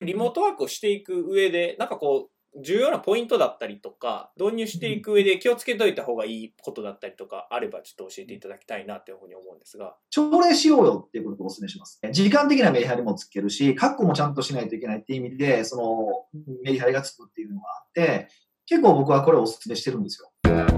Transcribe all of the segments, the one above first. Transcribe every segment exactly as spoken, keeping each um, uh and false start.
リモートワークをしていく上で、なんかこう、重要なポイントだったりとか、導入していく上で気をつけといた方がいいことだったりとかあれば、ちょっと教えていただきたいなというふうに思うんですが。 朝礼しようよっていうことをお勧めします。時間的なメリハリもつけるし、確保もちゃんとしないといけないっていう意味で、そのメリハリがつくっていうのがあって、結構僕はこれをお勧めしてるんですよ。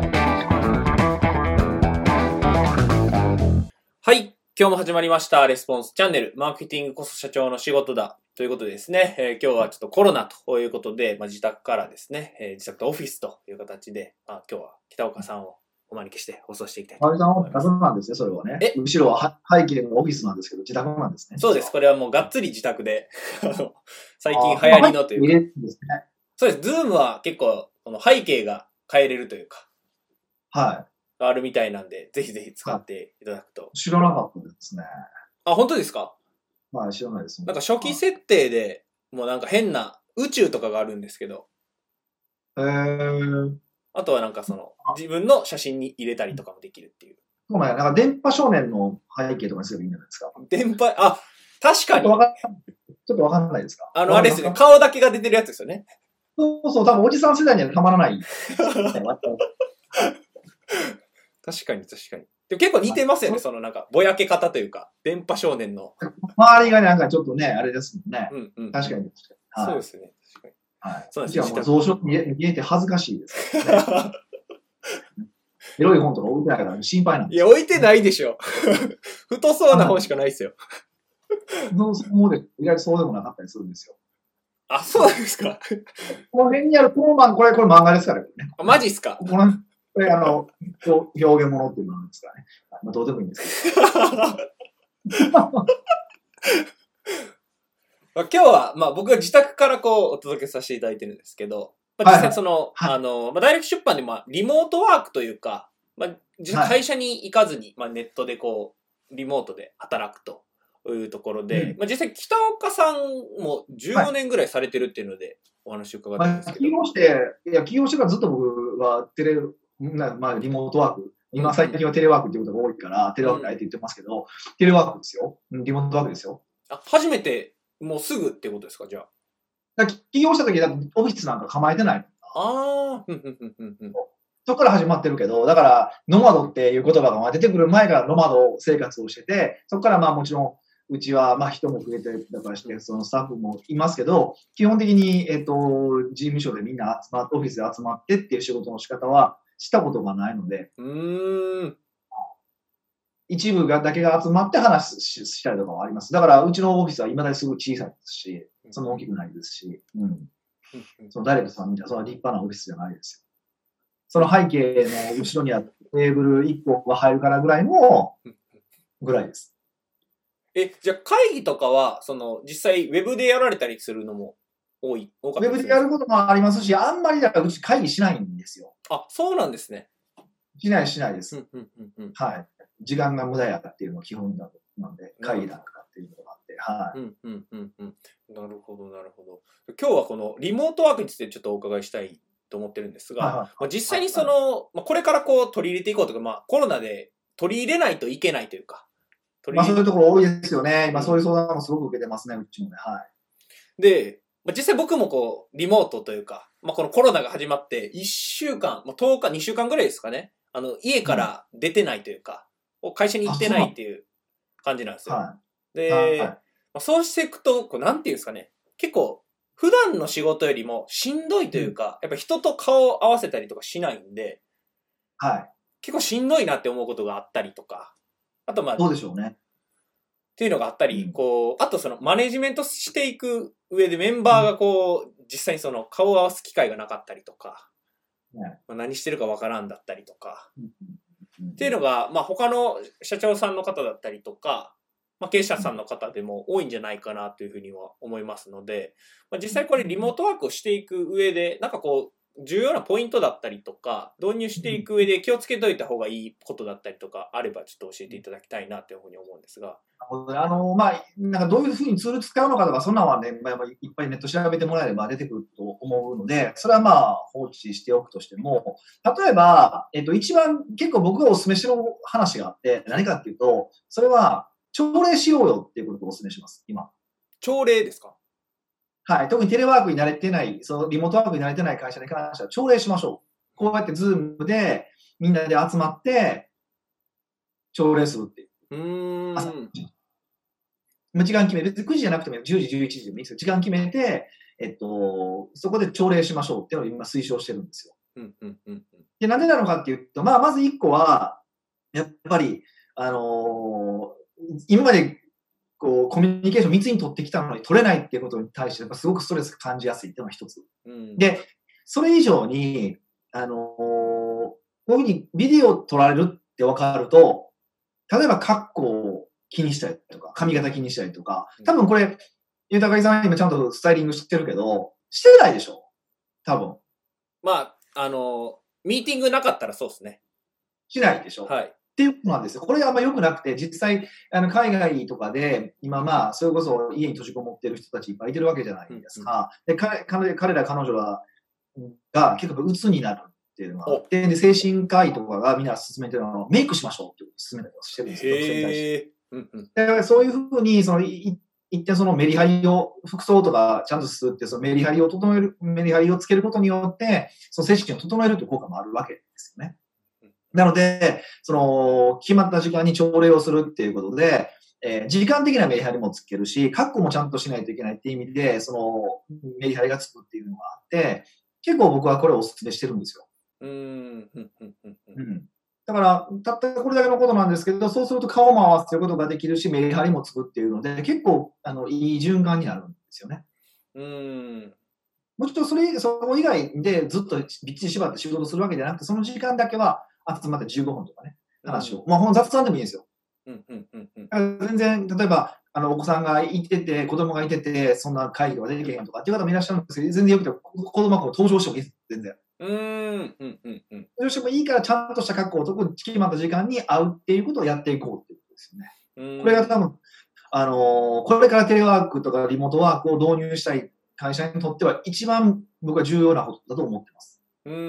はい。今日も始まりました。レスポンスチャンネル。マーケティングこそ社長の仕事だ。ということでですね、えー、今日はちょっとコロナということで、まあ、自宅からですね、えー、自宅とオフィスという形で、まあ、今日は北岡さんをお招きして放送していきたいと思います。 あれさんは自宅なんですね、それはね。え後ろは背景のオフィスなんですけど、自宅なんですね。 そうです。これはもうがっつり自宅で、最近流行りのというか。 入れるんですね。 そうです。ズームは結構、この背景が変えれるというか。 はい。 あるみたいなんで、ぜひぜひ使っていただくと。 知らなかったですね。 あ、本当ですか？ はい、知らないですね。 なんか初期設定で、もうなんか変な宇宙とかがあるんですけど。 へー。 あとはなんかその、自分の写真に入れたりとかもできるっていう。 そうなんや。なんか電波少年の背景とかにすればいいんじゃないですか。 電波、あ、確かに。 ちょっとわかんない、ちょっとわかんないですか？ あの、あれですね。顔だけが出てるやつですよね。 そうそう、多分おじさん世代にはたまらない。 確かに確かに。でも結構似てますよね、そのなんか、ぼやけ方というか、電波少年の。 周りがなんかちょっとね、あれですもんね。 うんうん、 確かに。 はい、そうですね。確かに。 はい。 そうですね。 じゃあもう蔵書見え、見えて恥ずかしいです、ね。エロい本とか置いてないから心配なんです。 いや、置いてないでしょ。太そうな本しかないですよ。 そうで、意外とそうでもなかったりするんですよ。 あ、そうですか。 この辺にある、この漫、これ、これ漫画ですからね。 あ、マジっすか。 この、これ、あの、表現物っていうのなんですからね。まあ、どうでもいいんですけど。 今日は、まあ僕は自宅からこうお届けさせていただいてるんですけど、まあ、実際その、はいはい、あの、まあ、ダイレクト出版でまあリモートワークというか、まあ、会社に行かずに、まあ、ネットでこう、リモートで働くというところで、うん、まあ、実際北岡さんもじゅうごねんぐらいされてるっていうのでお話を伺ったんですけど。 まあ、起業して、いや、起業してからずっと僕はテレ、まあ、リモートワーク、今最近はテレワークっていうことが多いから、うん、テレワークあえて言ってますけど、テレワークですよ。リモートワークですよ。 あ、初めて、もうすぐってことですか、じゃあ。 だ起業した時だとオフィスなんか構えてない。 ああ、ふんふんふんふんふん。 そこから始まってるけど、だから、ノマドっていう言葉が出てくる前からノマド生活をしてて、そこからまあもちろん、うちはまあ人も増えてだからして、そのスタッフもいますけど、基本的に、えっと、事務所でみんな集まって、オフィスで集まってっていう仕事の仕方はしたことがないので、 うーん。 一部がだけが集まって話ししたりとかはあります。だから、うちのオフィスは未だにすごい小さいですし、そんな大きくないですし、うん。そのダイレクトさんみたいな、その立派なオフィスじゃないですよ。その背景の後ろにあるテーブルいっこが入るからぐらいの、ぐらいです。 え、じゃあ会議とかは、その、実際ウェブでやられたりするのも多い、多かったですね。 ウェブでやることもありますし、あんまりだからうち会議しないんですよ。 あ、そうなんですね。 しないしないです。 うんうんうんうん、 はい。時間が無駄やっていうのが基本だなんで、会議だからっていうのがあって、はい。 うんうんうんうん。なるほど、なるほど。今日はこのリモートワークについてちょっとお伺いしたいと思ってるんですが、はいはい、まあ、実際にその、はいはい、まあ、これからこう取り入れていこうとか、まあコロナで取り入れないといけないというか。 まあそういうところ多いですよね。今そういう相談もすごく受けてますね、うちもね。はい。 で、まあ、実際僕もこう、リモートというか、まあこのコロナが始まっていっしゅうかん、まあ、とおか、にしゅうかんぐらいですかね。あの、家から出てないというか、うん、会社に行ってないっていう感じなんですよ。はい、で、はいはい、まあ、そうしていくと、こうなんていうんですかね。結構、普段の仕事よりもしんどいというか、うん、やっぱ人と顔を合わせたりとかしないんで、 はい。 結構しんどいなって思うことがあったりとか、あとまあ、 どうでしょうね。 っていうのがあったり、うん、こう、あとそのマネジメントしていく上でメンバーがこう、うん、実際にその顔を合わす機会がなかったりとか、うん、まあ、何してるかわからんだったりとか、うん、っていうのが、まあ他の社長さんの方だったりとか、まあ経営者さんの方でも多いんじゃないかなというふうには思いますので、まあ、実際これリモートワークをしていく上で、なんかこう、重要なポイントだったりとか、導入していく上で気をつけといた方がいいことだったりとかあれば、ちょっと教えていただきたいなというふうに思うんですが。 あの、まあ、なんかどういうふうにツール使うのかとか、そんなのはね、まあ、いっぱいネット調べてもらえれば出てくると思うので、それはまあ放置しておくとしても、例えば、えっと、一番結構僕がお勧めしてる話があって、何かっていうと、それは、朝礼しようよっていうことをお勧めします、今。 朝礼ですか？ はい。特にテレワークに慣れてない、そのリモートワークに慣れてない会社に関しては朝礼しましょう。こうやってズームでみんなで集まって、朝礼するっていう。 うーん。 朝時間決め、別にくじじゃなくてもじゅうじ、じゅういちじでもいいですよ。時間決めて、えっと、そこで朝礼しましょうっていうのを今推奨してるんですよ。 うんうんうんうん、 で、なんでなのかっていうと、まあ、まず一個は、やっぱり、あのー、今まで、こう、コミュニケーション密に取ってきたのに取れないっていうことに対して、やっぱすごくストレス感じやすいっていうのが一つ。うん、で、それ以上に、あのー、こういうふうにビデオ撮られるって分かると、例えば格好を気にしたりとか、髪型気にしたりとか、多分これ、豊井さん今ちゃんとスタイリングしてるけど、してないでしょ多分。 まあ、あの、ミーティングなかったらそうですね。 しないでしょはい。 っていうことなんですよ。これあんま良くなくて、実際、あの、海外とかで、今まあ、それこそ家に閉じこもってる人たちいっぱいいてるわけじゃないですか。うんうん、で、彼、彼彼ら、彼女らが結構鬱になるっていうのがあって、で、精神科医とかがみんな勧めてるのは、メイクしましょうっていうことを勧めたりとかしてるんですよ、女性に対して。うんうん、でそういうふうに、その、い一点そのメリハリを、服装とかちゃんとするって、そのメリハリを整える、メリハリをつけることによって、その精神を整えるという効果もあるわけですよね。なので、その、決まった時間に朝礼をするっていうことで、えー、時間的なメリハリもつけるし、確保もちゃんとしないといけないっていう意味で、その、メリハリがつくっていうのがあって、結構僕はこれをお勧めしてるんですよ。うん。だから、たったこれだけのことなんですけど、そうすると顔も合わせることができるし、メリハリもつくっていうので、結構、あの、いい循環になるんですよね。うん。もちろんそれ、そこ以外でずっとびっちり縛って仕事するわけじゃなくて、その時間だけは集まってじゅうごふんとかね、話を。うん、まあ、ほん雑談でもいいんですよ。うんうんうんうん、全然、例えば、あの、お子さんがいてて、子供がいてて、そんな会議とかできへんとかっていう方もいらっしゃるんですけど、全然よくて、子供が登場してもいいです、全然。うん、うん、うん、うん。登場してもいいから、ちゃんとした格好を特に決まった時間に会うっていうことをやっていこうっていうことですよね。うん、これが多分、あのー、これからテレワークとかリモートワークを導入したい会社にとっては一番僕は重要なことだと思ってます。うん、うん、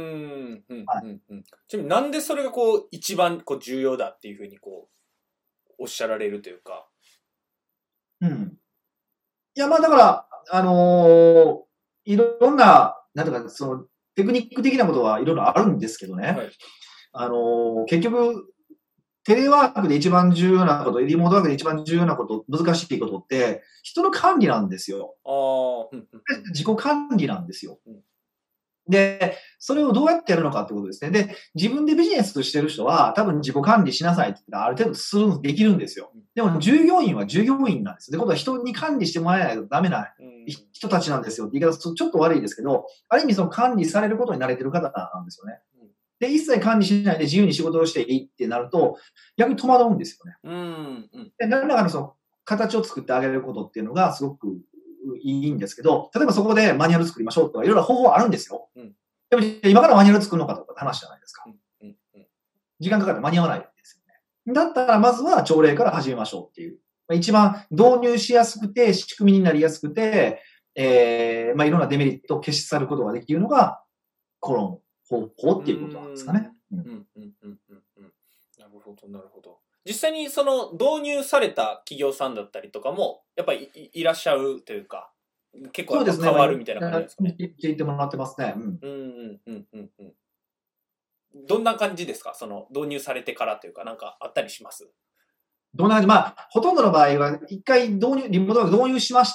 うん、うん。ちなみになんでそれがこう、一番こう重要だっていうふうにこう、おっしゃられるというか。うん。いや、まあだから、あのー、いろんな、なんとか、その、テクニック的なことはいろいろあるんですけどね。はい、あのー、結局、テレワークで一番重要なこと、リモートワークで一番重要なこと、難しいことって、人の管理なんですよ。あ自己管理なんですよ。で、それをどうやってやるのかってことですね。で、自分でビジネスとしてる人は、多分自己管理しなさいって言ったらある程度する、できるんですよ。でも、従業員は従業員なんです。ってことは人に管理してもらえないとダメな人たちなんですよって言い方、ちょっと悪いですけど、ある意味その管理されることに慣れてる方なんですよね。で、一切管理しないで自由に仕事をしていいってなると、逆に戸惑うんですよね。うんうん、で、何らかのその形を作ってあげることっていうのがすごくいいんですけど、例えばそこでマニュアル作りましょうとかいろいろ方法あるんですよ。うん、でも今からマニュアル作るのかとかって話じゃないですか。うんうんうん、時間かかって間に合わないですよね。だったらまずは朝礼から始めましょうっていう。一番導入しやすくて、仕組みになりやすくて、えー、まあいろんなデメリットを消し去ることができるのが、この方法っていうことなんですかね。うんうんうんうんうん。なるほどなるほど。実際にその導入された企業さんだったりとかもやっぱり い, いらっしゃるというか、結構変わるみたいな感じですかね。そうですね。聞いてもらってますね。うんうんうんうんうんうん。どんな感じですか？その導入されてからというか、なんかあったりします？どんな感じ、まあ、ほとんどの場合は一回導入リモートワーク導入しました、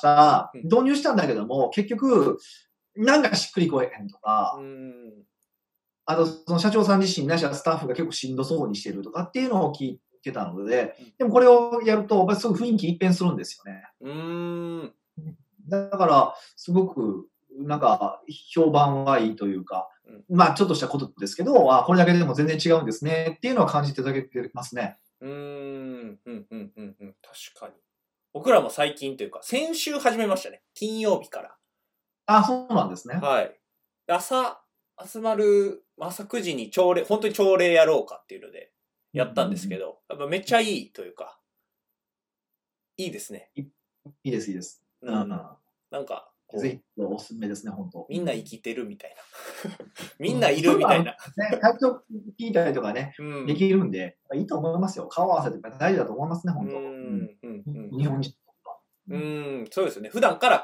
うん、導入したんだけども結局なんかしっくりこえへんとか。うんあと、その社長さん自身、なしはスタッフが結構しんどそうにしてるとかっていうのを聞いてたので、でもこれをやると、やっぱりすごく雰囲気一変するんですよね。うーん。だから、すごく、なんか、評判はいいというか、うん、まあ、ちょっとしたことですけど、あ、これだけでも全然違うんですねっていうのは感じていただけてますね。うーん、うん、うん、うん、うん。確かに。僕らも最近というか、先週始めましたね。金曜日から。あ、そうなんですね。はい。朝、集まる朝くじに朝礼、本当に朝礼やろうかっていうのでやったんですけど、やっぱめっちゃいいというか、いいですね。いいです、いいです。うん。なんか、ぜひおすすめですね、本当。みんな生きてるみたいな。みんないるみたいな。ね、体調聞いたりとかね、うん、できるんで、いいと思いますよ。顔合わせて大事だと思いますね、本当。うんうんうん、日本人とか。うん、そうですよね。普段からこう、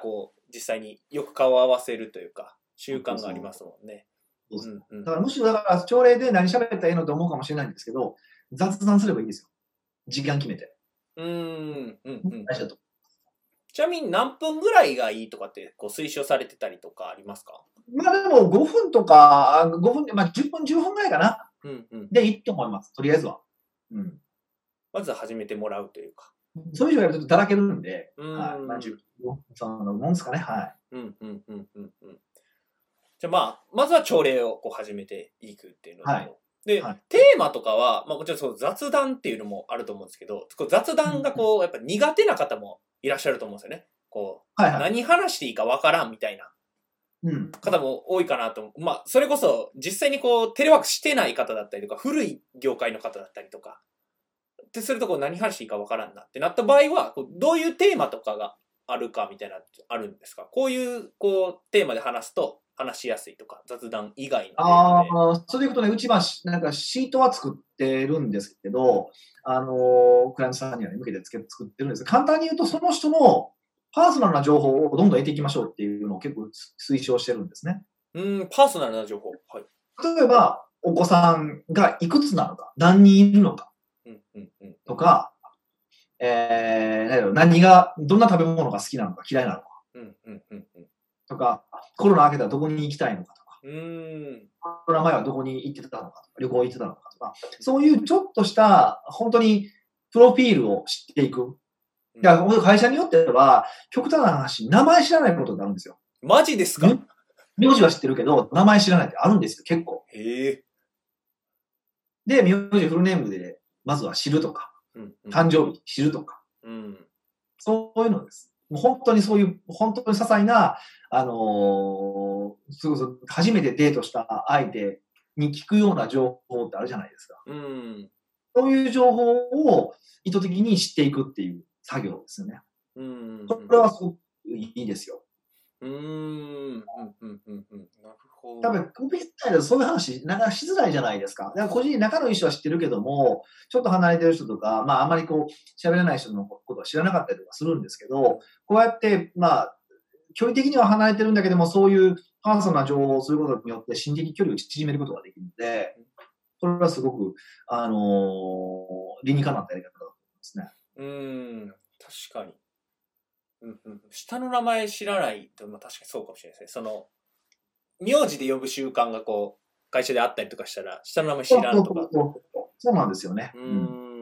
実際によく顔を合わせるというか、習慣がありますもんね。 そうそううんうん、だからむしろだから朝礼で何喋ったらいいのと思うかもしれないんですけど、雑談すればいいんですよ。時間決めて。 うんうんうん。 大事だと。 ちなみに何分ぐらいがいいとかってこう推奨されてたりとかありますか？ まあでもごふんとか、ごふん、まあじゅっぷん、じゅっぷんぐらいかな。 うんうん、 でいいと思います。とりあえずは。うん、 まずは始めてもらうというか。 そういう人がやるとちょっとだらけるんで、 うん、 はい。まあ、じゅっぷん、そのもんですかね。はい。 うんうんうんうんうん。じゃあまあ、まずは朝礼をこう始めていくっていうのと、はい、で、はい、テーマとかは、まあもちろんその雑談っていうのもあると思うんですけど、こう雑談がこう、やっぱ苦手な方もいらっしゃると思うんですよね。こう、はいはい、何話していいかわからんみたいな方も多いかなと思う。まあ、それこそ実際にこう、テレワークしてない方だったりとか、古い業界の方だったりとか、ってするとこう何話していいかわからんなってなった場合は、こうどういうテーマとかがあるかみたいなあるんですか？こういうこうテーマで話すと話しやすいとか、雑談以外のテーマで。 ああ、それでいくとね、うちはなんかシートは作ってるんですけど、あの、クライアントさんには、ね、向けて作ってるんです。簡単に言うと、その人のパーソナルな情報をどんどん得ていきましょうっていうのを結構推奨してるんですね。 うん、パーソナルな情報。はい。 例えば、お子さんがいくつなのか、何人いるのか、うんうんうん、とか、えー、何が、どんな食べ物が好きなのか、嫌いなのか、うんうんうんうん、とか、コロナ明けたらどこに行きたいのかとか、うん、コロナ前はどこに行ってたのかとか、旅行行ってたのかとか、そういうちょっとした、本当にプロフィールを知っていく。だから会社によっては、極端な話、名前知らないことがあるんですよ。 マジですか？ 名字は知ってるけど、名前知らないってあるんですよ、結構。 へえ。 で、名字フルネームで、まずは知るとか、うんうん、誕生日知るとか、うん、そういうのです。もう本当にそういう、本当に些細な、あのー、そうそう初めてデートした相手に聞くような情報ってあるじゃないですか。うん、そういう情報を意図的に知っていくっていう作業ですよね。うん、これはすごくいいですよ。うーん、うん、うん、うん、うん。なるほど。多分、コピースタイルでそういう話、なかなかしづらいじゃないですか。だから個人、仲のいい人は知ってるけども、ちょっと離れてる人とか、まあ、あまりこう、喋れない人のことは知らなかったりとかするんですけど、こうやって、まあ、距離的には離れてるんだけども、そういうパーソナルな情報をすることによって心的距離を縮めることができるので、これはすごく、あのー、理にかなったやり方だと思いますね。 うーん、確かに。うんうん、下の名前知らないと、まあ、確かにそうかもしれないですね。その、名字で呼ぶ習慣がこう、会社であったりとかしたら、下の名前知らんとか。 そうそうそうそうなんですよね。 うん、うん、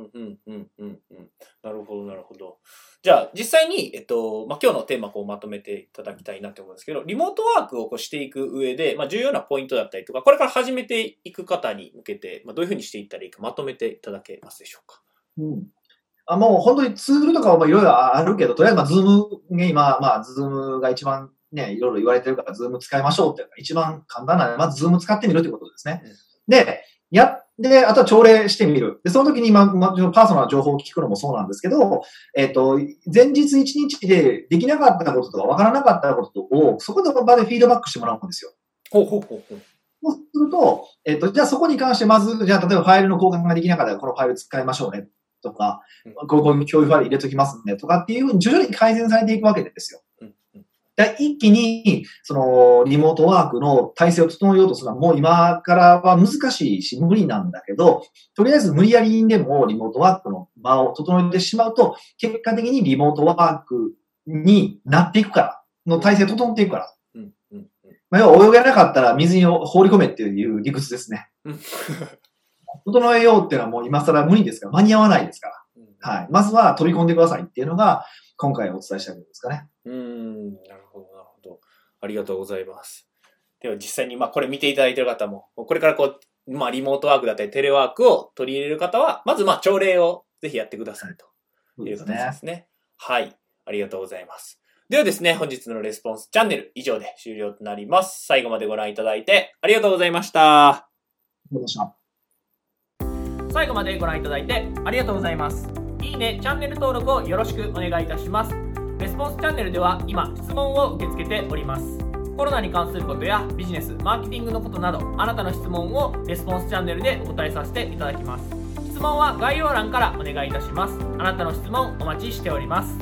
うん、うん、うん。なるほど、なるほど。じゃあ、実際に、えっと、まあ、今日のテーマをまとめていただきたいなと思うんですけど、リモートワークをこうしていく上で、まあ、重要なポイントだったりとか、これから始めていく方に向けて、まあ、どういうふうにしていったらいいかまとめていただけますでしょうか。 うんあもう本当にツールとかはいろいろあるけど、とりあえずまあズームね、今、まあズームが一番ね、いろいろ言われてるからズーム使いましょうっていうのが一番簡単なので、まずズーム使ってみるということですね。うん、で、や、で、あとは朝礼してみる。で、その時にまあ、まあ、パーソナルな情報を聞くのもそうなんですけど、えっと、前日一日でできなかったこととか分からなかったことを、そこの場でフィードバックしてもらうんですよ。 ほうほうほうほう。 そうすると、えっと、じゃあそこに関してまず、じゃあ例えばファイルの交換ができなかったらこのファイル使いましょうね。とか、ここに共有ファイル入れときますねとかっていうふうに徐々に改善されていくわけですよ。うんうん、で一気に、その、リモートワークの体制を整えようとするのはもう今からは難しいし無理なんだけど、とりあえず無理やりにでもリモートワークの場を整えてしまうと、結果的にリモートワークになっていくから、の体制が整っていくから。うんうんうんまあ、要は泳げなかったら水に放り込めっていう理屈ですね。整えようっていうのはもう今更無理ですから、間に合わないですから。うん、はい。まずは飛び込んでくださいっていうのが、今回お伝えしたいことですかね。 うーん、なるほど、なるほど。ありがとうございます。では実際に、まあこれ見ていただいている方も、これからこう、まあリモートワークだったりテレワークを取り入れる方は、まずまあ朝礼をぜひやってくださいという形ですね。ねはい。ありがとうございます。ではですね、本日のレスポンスチャンネル以上で終了となります。最後までご覧いただいてありがとうございました。 ありがとうございました。 最後までご覧いただいてありがとうございます。いいね、チャンネル登録をよろしくお願いいたします。レスポンスチャンネルでは今質問を受け付けております。コロナに関することやビジネス、マーケティングのことなど、あなたの質問をレスポンスチャンネルでお答えさせていただきます。質問は概要欄からお願いいたします。あなたの質問お待ちしております。